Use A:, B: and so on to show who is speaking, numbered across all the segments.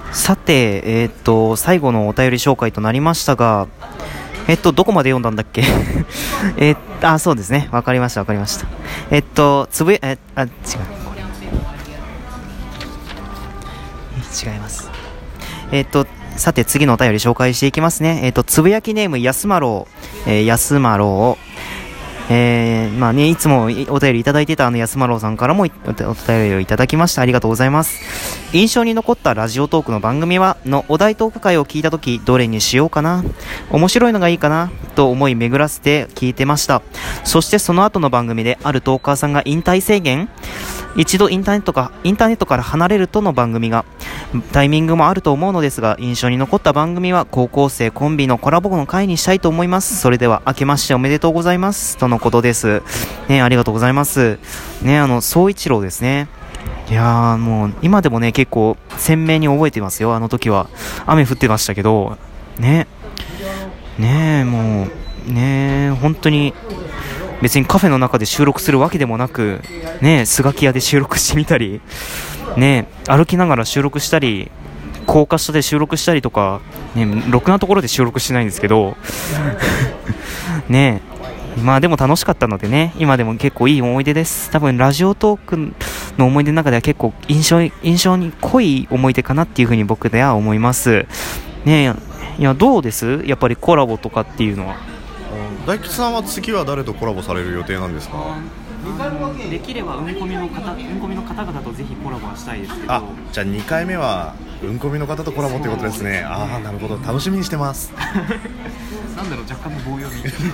A: さて、最後のお便り紹介となりましたが、どこまで読んだんだっけそうですね。わかりました。違う。違います。さて、次のお便り紹介していきますね。つぶやきネーム、やすまろう。やすまろう。まあね、いつもお便りいただいてた安丸さんからもお便りをいただきました。ありがとうございます。印象に残ったラジオトークの番組はのお題トーク会を聞いたとき、どれにしようかな、面白いのがいいかなと思い巡らせて聞いてました。そしてその後の番組であるトーカーさんが引退宣言、一度インターネットから離れるとの番組がタイミングもあると思うのですが、印象に残った番組は高校生コンビのコラボの回にしたいと思います。それでは明けましておめでとうございますとのことですね。ありがとうございますね。総一郎ですね。いやー、もう今でもね結構鮮明に覚えてますよ。あの時は雨降ってましたけどね。もうね、本当に別にカフェの中で収録するわけでもなくね、スガキ屋で収録してみたりね、歩きながら収録したり高架下で収録したりとかね、ろくなところで収録してないんですけどね。まあでも楽しかったのでね、今でも結構いい思い出です。多分ラジオトークの思い出の中では結構印象に濃い思い出かなっていうふうに僕では思いますね。いや、どうです？やっぱりコラボとかっていうのは。
B: 大吉さんは次は誰とコラボされる予定なんですか？
A: できればうんこみの方々とぜひコラボはしたいですけど。
B: じゃあ2回目はうんこみの方とコラボということですね。なるほど、楽しみにしてます
A: なんだろう、若干の棒読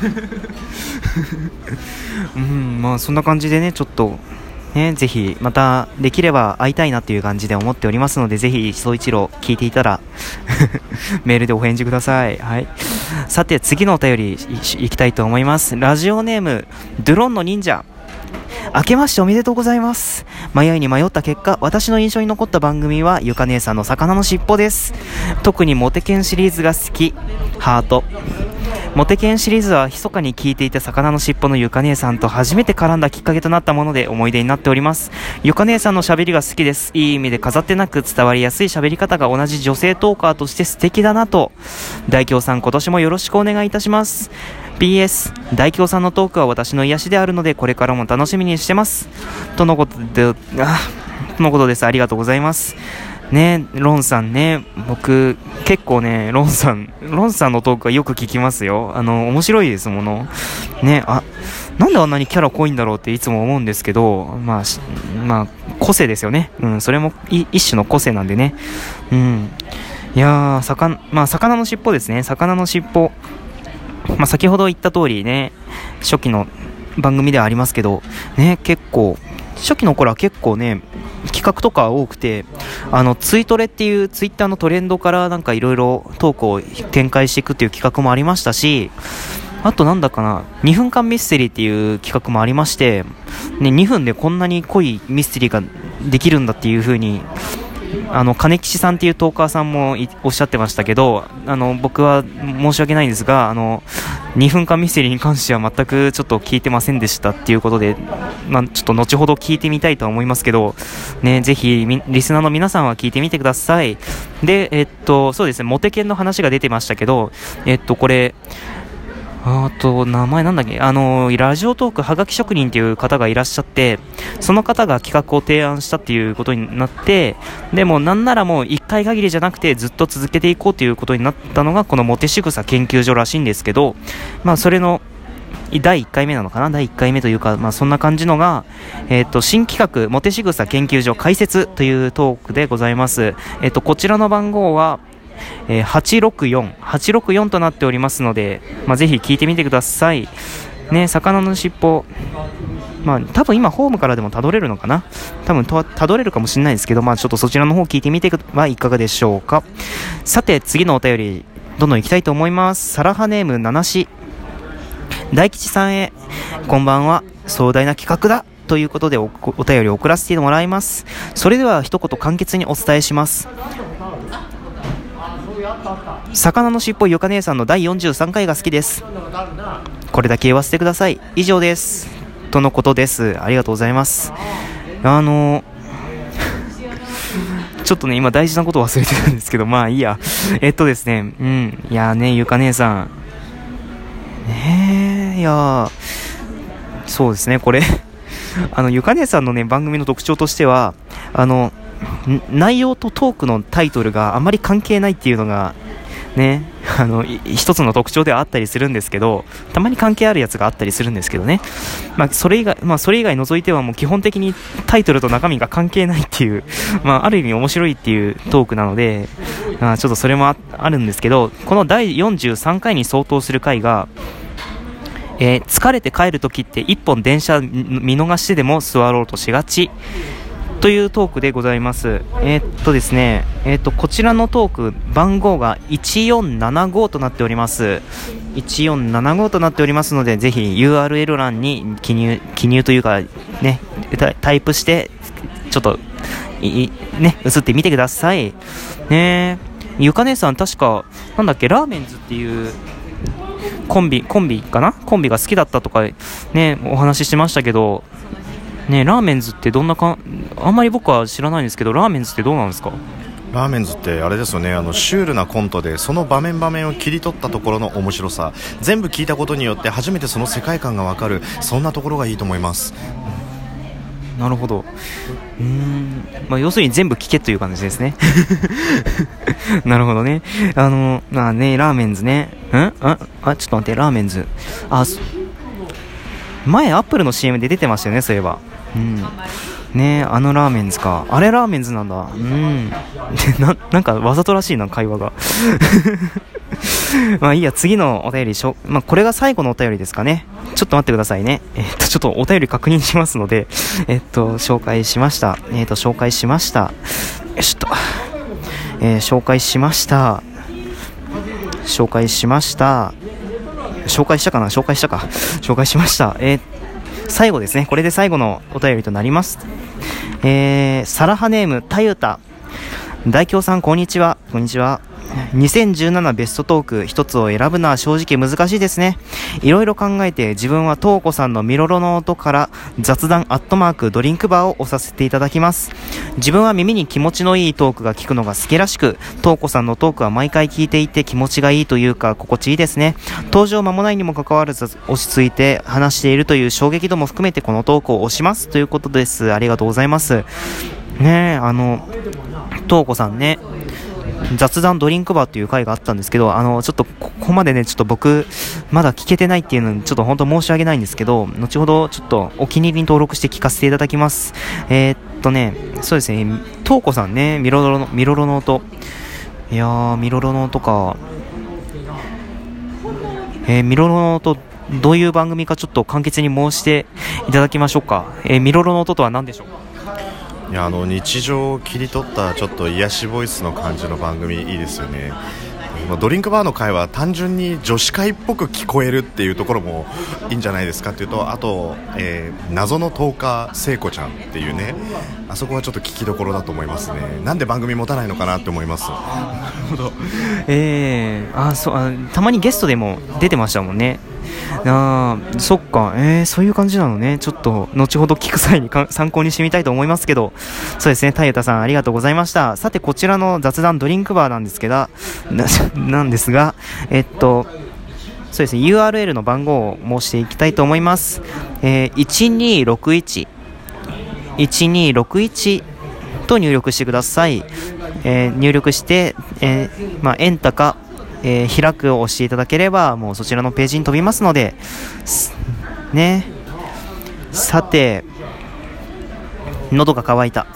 A: みまあそんな感じでね、ちょっとね、ぜひまたできれば会いたいなっていう感じで思っておりますので、ぜひ総一郎聞いていたらメールでお返事ください。はい。さて次のお便りいきたいと思います。ラジオネームドゥロンの忍者。明けましておめでとうございます。迷いに迷った結果、私の印象に残った番組はゆか姉さんの魚のしっぽです。特にモテケンシリーズが好き。ハート。モテケンシリーズは密かに聞いていた魚のしっぽのゆか姉さんと初めて絡んだきっかけとなったもので思い出になっております。ゆか姉さんの喋りが好きです。いい意味で飾ってなく伝わりやすい喋り方が同じ女性トーカーとして素敵だなと。大京さん、今年もよろしくお願いいたします。PS 大京さんのトークは私の癒しであるのでこれからも楽しみにしてますとのことです。ありがとうございますね。ロンさんね、僕結構ねロンさんのトークはよく聞きますよ。面白いですものね。なんであんなにキャラ濃いんだろうっていつも思うんですけど、まあ個性ですよね。それも一種の個性なんでね。いやー、魚のしっぽですね。魚のしっぽ、先ほど言った通りね、初期の番組ではありますけどね、結構初期の頃は結構ね企画とか多くて、ツイトレっていうツイッターのトレンドからなんかいろいろトークを展開していくっていう企画もありましたし、あとなんだかな、2分間ミステリーっていう企画もありまして、ね、2分でこんなに濃いミステリーができるんだっていう風に金吉さんっていうトーカーさんもおっしゃってましたけど、僕は申し訳ないんですが、2分間ミステリーに関しては全くちょっと聞いてませんでしたっていうことで、ちょっと後ほど聞いてみたいと思いますけどね、ぜひリスナーの皆さんは聞いてみてください。で、そうですね、モテケンの話が出てましたけど、これ名前なんだっけ、ラジオトークはがき職人っていう方がいらっしゃって、その方が企画を提案したっていうことになって、でもなんならもう1回限りじゃなくてずっと続けていこうということになったのがこのモテ仕草研究所らしいんですけど、それの第1回目なのかな、第1回目というか、そんな感じのが、新企画モテ仕草研究所開設というトークでございます。こちらの番号は864となっておりますので、ぜひ聞いてみてくださいね。魚のしっぽ、多分今ホームからでもたどれるのかな、多分たどれるかもしれないですけど、ちょっとそちらの方聞いてみてはいかがでしょうか。さて次のお便りどんどん行きたいと思います。サラハネームナナシ。大吉さんへこんばんは。壮大な企画だということでお便りを送らせてもらいます。それでは一言簡潔にお伝えします。魚のしっぽゆか姉さんの第43回が好きです。これだけ言わせてください。以上ですとのことです。ありがとうございます。 ちょっとね今大事なこと忘れてるんですけど、まあいいや。ですね、いやね、ゆか姉さんいやそうですね、これゆか姉さんのね番組の特徴としては内容とトークのタイトルがあまり関係ないっていうのがね、一つの特徴ではあったりするんですけど、たまに関係あるやつがあったりするんですけどね、それ以外除いてはもう基本的にタイトルと中身が関係ないっていう、ある意味面白いっていうトークなので、ちょっとそれも あるんですけど、この第43回に相当する回が、疲れて帰るときって一本電車見逃してでも座ろうとしがちというトークでございます。ですね、こちらのトーク番号が1475となっております。1475となっておりますので、ぜひ URL 欄に記入というかね、タイプしてちょっとね移ってみてくださいね。ゆか姉さん確かなんだっけ、ラーメンズっていうコンビかな、コンビが好きだったとかねお話ししましたけどね、ラーメンズってどんなあんまり僕は知らないんですけど、ラーメンズってどうなんですか？
B: ラーメンズってあれですよね、シュールなコントでその場面を切り取ったところの面白さ、全部聞いたことによって初めてその世界観が分かる、そんなところがいいと思います。
A: なるほど。要するに全部聞けという感じですねなるほどね。ね、ラーメンズね、ちょっと待って、ラーメンズ前アップルの CM で出てましたよね、そういえば。ね、ラーメンズか、あれラーメンズなんだ。なんかわざとらしいな会話がいいや、次のお便りこれが最後のお便りですかね。ちょっと待ってくださいね。ちょっとお便り確認しますので、紹介しました。紹介しました。紹介しました。紹介しました。最後ですね。これで最後のお便りとなります。サラハネームたゆた、大京さんこんにちは。2017ベストトーク一つを選ぶのは正直難しいですね。いろいろ考えて自分はトーコさんのミロロの音から雑談ドリンクバーを押させていただきます。自分は耳に気持ちのいいトークが聞くのが好きらしく、トーコさんのトークは毎回聞いていて気持ちがいいというか心地いいですね。登場間もないにもかかわらず落ち着いて話しているという衝撃度も含めてこのトークを推しますということです。ありがとうございますね。トーコさんね、雑談ドリンクバーっていう回があったんですけど、ちょっとここまでねちょっと僕まだ聞けてないっていうのにちょっと本当申し訳ないんですけど、後ほどちょっとお気に入りに登録して聞かせていただきます。そうですね、トーコさんね、ミロロの音、いやーミロロの音か、ミロロの音どういう番組かちょっと簡潔に申していただきましょうか。ミロロの音とは何でしょうか？
B: いや、日常を切り取ったちょっと癒しボイスの感じの番組いいですよね。ドリンクバーの会は単純に女子会っぽく聞こえるっていうところもいいんじゃないですかっていうと、あと、謎のトーカー聖子ちゃんっていうね、あそこはちょっと聞きどころだと思いますね。なんで番組持たないのかなって思います。なるほど。
A: たまにゲストでも出てましたもんね。そっか、そういう感じなのね。ちょっと後ほど聞く際に参考にしてみたいと思いますけど、そうですね、たゆたさんありがとうございました。さてこちらの雑談ドリンクバーなんですがそうですね、URL の番号を申していきたいと思います。1261と入力してください。入力して、エンタか開くを押していただければもうそちらのページに飛びますのでね。さて、喉が渇いた。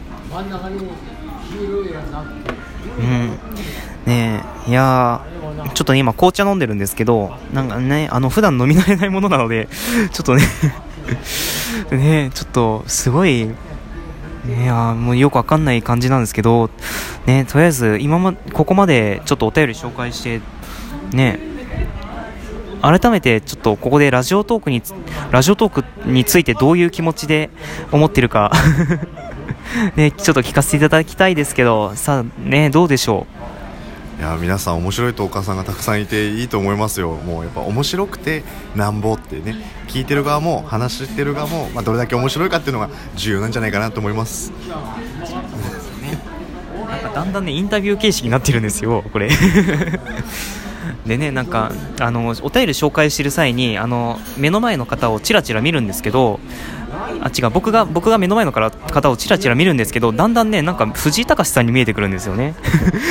A: いやちょっとね今紅茶飲んでるんですけど、なんかね普段飲み慣れないものなのでちょっとねちょっとすごいもうよくわかんない感じなんですけどね。とりあえずここまでちょっとお便り紹介してね、改めてちょっとここでラジオトークについてどういう気持ちで思ってるかね、ちょっと聞かせていただきたいですけど、さあね、どうでしょう。
B: いや、皆さん面白いトーカーさんがたくさんいていいと思いますよ。もうやっぱ面白くてなんぼってね、聞いてる側も話してる側も、どれだけ面白いかっていうのが重要なんじゃないかなと思います
A: なんかだんだんねインタビュー形式になってるんですよこれでね、なんかお便り紹介してる際に目の前の方をチラチラ見るんですけど、違う、僕が目の前の方をチラチラ見るんですけど、だんだんねなんか藤井隆さんに見えてくるんですよね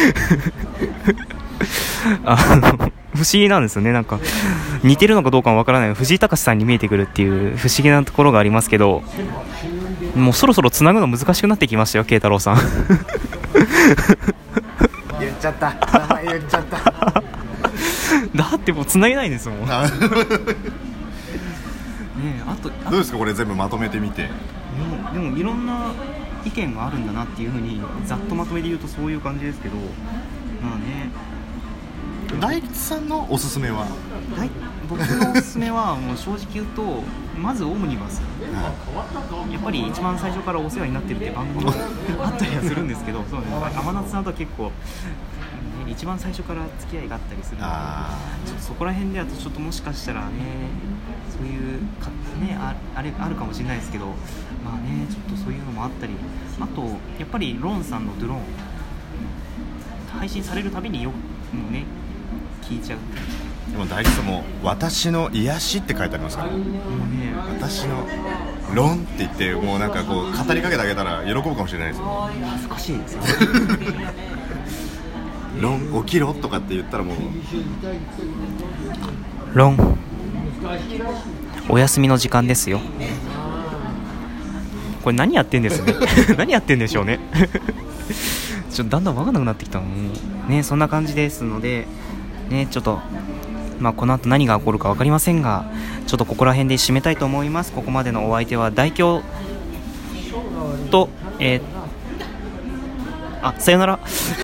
A: 不思議なんですよね。なんか似てるのかどうかもわからない藤井隆さんに見えてくるっていう不思議なところがありますけど、もうそろそろつなぐの難しくなってきましたよ慶太郎さん
B: 言っちゃった名前言っちゃった
A: だってもうつなげないんですもんね。あと
B: どうですかこれ全部まとめてみて。
A: でもいろんな意見があるんだなっていうふうにざっとまとめで言うとそういう感じですけど、まあね、
B: 大吉さんのおすすめは？
A: 僕のおすすめはもう正直言うとまずオムニバス、やっぱり一番最初からお世話になってるって番組もあったりはするんですけど、そうね、天夏さんとは結構一番最初から付き合いがあったりするので、ちょっとそこら辺ではちょっともしかしたらねそういうねあれあるかもしれないですけど、まあねちょっとそういうのもあったり、あとやっぱりロンさんのドゥローン配信されるたびによくもうね聞いちゃう。
B: でも大吉さんも私の癒しって書いてありますから、もうね私のロンって言ってもうなんかこう語りかけてあげたら喜ぶかもしれないですよ。
A: 恥ずかしいですよ
B: ロン起きろとかって言ったらもう
A: ロンお休みの時間ですよ。これ何やってんですね何やってんでしょうねちょっとだんだん分かんなくなってきたのね。そんな感じですのでね、ちょっとまあこの後何が起こるか分かりませんが、ちょっとここら辺で締めたいと思います。ここまでのお相手は大京とさよなら